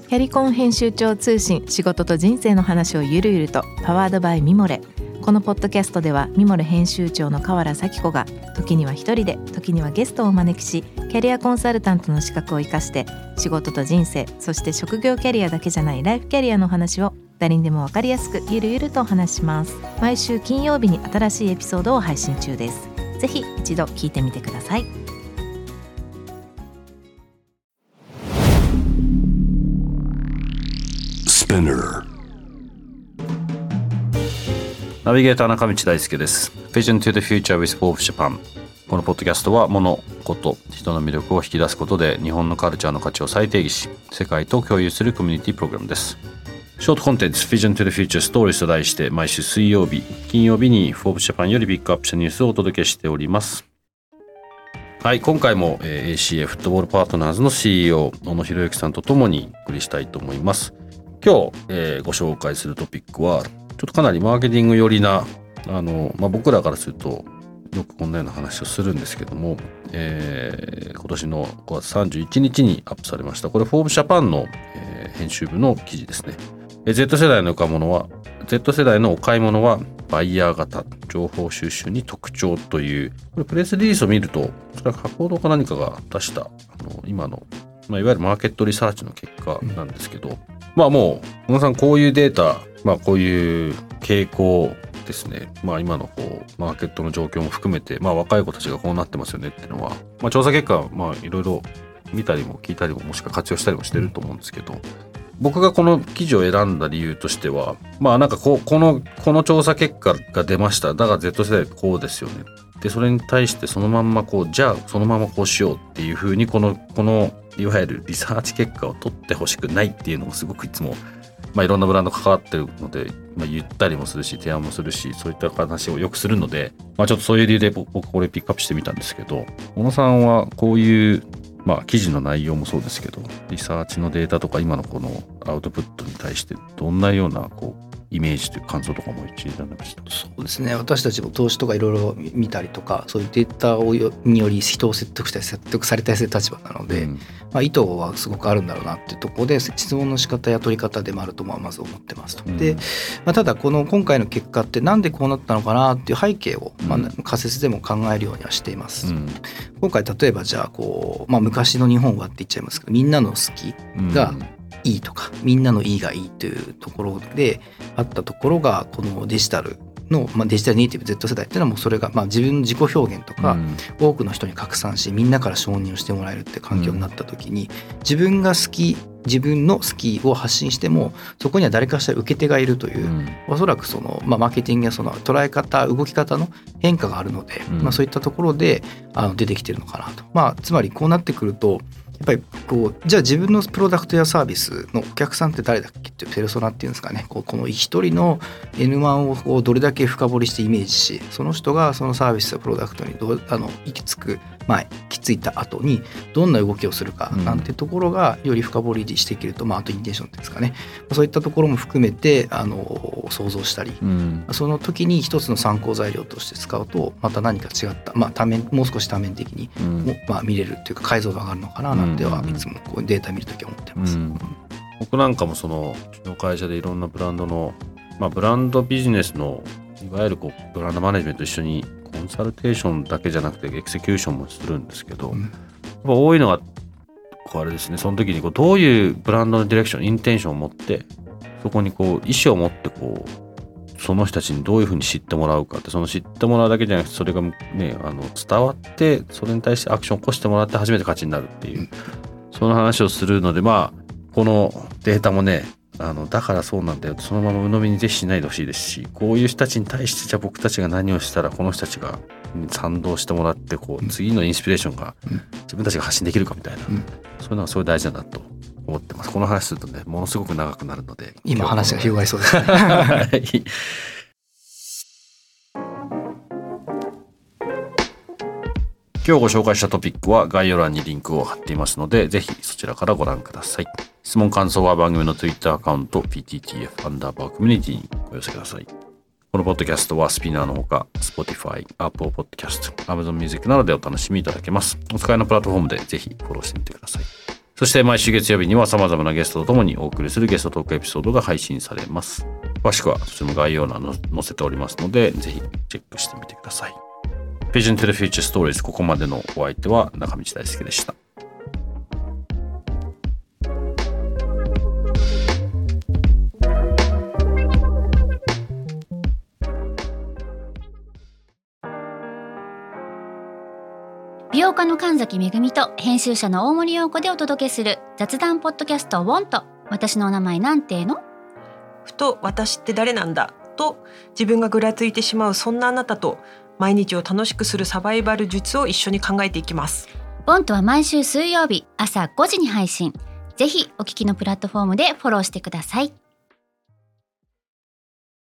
キャリコン編集長通信、仕事と人生の話をゆるゆると、パワードバイミモレ。このポッドキャストではミモレ編集長の河原咲子が時には一人で、時にはゲストをお招きし、キャリアコンサルタントの資格を生かして仕事と人生、そして職業キャリアだけじゃないライフキャリアの話を誰にでも分かりやすくゆるゆるとお話します。毎週金曜日に新しいエピソードを配信中です。ぜひ一度聞いてみてください。 ナビゲーター中道大輔です。 Vision to the Future with Forbes Japan。 このポッドキャストは物事人の魅力を引き出すことで日本のカルチャーの価値を再定義し、世界と共有するコミュニティプログラムです。ショートコンテンツ Vision to the Future Stories と題して、毎週水曜日金曜日に Forbes Japan よりピックアップしたニュースをお届けしております。はい、今回も ACA フットボールパートナーズの CEO 小野博之さんとともにお送りしたいと思います。今日、ご紹介するトピックはちょっとかなりマーケティング寄りな僕らからするとよくこんなような話をするんですけども、今年の5月31日にアップされました。これフォーブスジャパンの、編集部の記事ですね。Z 世代のお買い物はバイヤー型、情報収集に特徴という、これプレスリリースを見ると、それは加工堂か何かが出した今の、いわゆるマーケットリサーチの結果なんですけど、もう小野さん、こういうデータ、こういう傾向ですね、今のマーケットの状況も含めて、若い子たちがこうなってますよねっていうのは、調査結果はいろいろ見たりも聞いたりも、もしくは活用したりもしてると思うんですけど、僕がこの記事を選んだ理由としては、この調査結果が出ました。だから Z 世代こうですよね。でそれに対してそのまんまじゃあそのままこうしようっていうふうにこのいわゆるリサーチ結果を取ってほしくないっていうのをすごくいつもいろんなブランド関わってるので、言ったりもするし提案もするし、そういった話をよくするので、ちょっとそういう理由で僕これピックアップしてみたんですけど、小野さんはこういう記事の内容もそうですけど、リサーチのデータとか今のこのアウトプットに対してどんなようなイメージという感想とかも一致になりました。 そうですね、私たちも投資とかいろいろ見たりとか、そういうデータにより人を説得したり説得されたりする立場なので、意図はすごくあるんだろうなっていうところで、質問の仕方や取り方でもあるとまず思ってますと。で、ただ今回の結果ってなんでこうなったのかなっていう背景を、仮説でも考えるようにはしています。今回例えばじゃあ昔の日本はって言っちゃいますけど、みんなの好きがいいとか、みんなのいいがいいというところであったところが、このデジタルの、デジタルネイティブ Z 世代っていうのはもうそれが自分の自己表現とか、多くの人に拡散し、みんなから承認をしてもらえるって環境になった時に、自分の好きを発信してもそこには誰かしら受け手がいるという、おそらくマーケティングやその捉え方、動き方の変化があるので、そういったところで出てきてるのかなと。つまりこうなってくると、やっぱりじゃあ自分のプロダクトやサービスのお客さんって誰だっけっていうペルソナっていうんですかね、この一人の N1 をどれだけ深掘りしてイメージし、その人がそのサービスやプロダクトに行き着いた後にどんな動きをするかなんてところがより深掘りしていけると、あとインテンションっていうんですかね、そういったところも含めて想像したり、その時に一つの参考材料として使うと、また何か違った、もう少し多面的に見れるというか、解像度が上がるのかななんてはいつもデータ見るときは思ってます。 僕なんかもうちの会社でいろんなブランドの、ブランドビジネスのいわゆるブランドマネジメントと一緒にコンサルテーションだけじゃなくてエクセキューションもするんですけど、多いのがあれですね、その時にどういうブランドのディレクション、インテンションを持って、そこに意思を持ってその人たちにどういうふうに知ってもらうかって、その知ってもらうだけじゃなくて、それがね伝わって、それに対してアクションを起こしてもらって初めて価値になるっていう、その話をするので、このデータもね、だからそうなんだよ、そのまま鵜呑みにぜひしないでほしいですし、こういう人たちに対してじゃあ僕たちが何をしたらこの人たちが賛同してもらって、次のインスピレーションが自分たちが発信できるかみたいな、そういうのがすごい大事だなと思ってます。この話するとね、ものすごく長くなるので、 今話が広がりそうですね。 今日ご紹介したトピックは概要欄にリンクを貼っていますので、ぜひそちらからご覧ください。質問感想は番組の Twitter アカウント PTTF_community にお寄せください。このポッドキャストはスピナーのほか Spotify、Apple Podcast、Amazon Music などでお楽しみいただけます。お使いのプラットフォームでぜひフォローしてみてください。 そして毎週月曜日には様々なゲストとともにお送りするゲストトークエピソードが配信されます。詳しくはそちらの概要欄に載せておりますので、ぜひチェックしてみてください。Vision to the Future Stories、 ここまでのお相手は中道大輔でした。 美容家の神崎めぐみと編集者の大森洋子でお届けする雑談ポッドキャストウォンと私のお名前なんていうの？ ふと私って誰なんだと自分がぐらついてしまうそんなあなたと毎日を楽しくするサバイバル術を一緒に考えていきます。 ウォンとは毎週水曜日朝5時に配信。ぜひお聞きのプラットフォームでフォローしてください。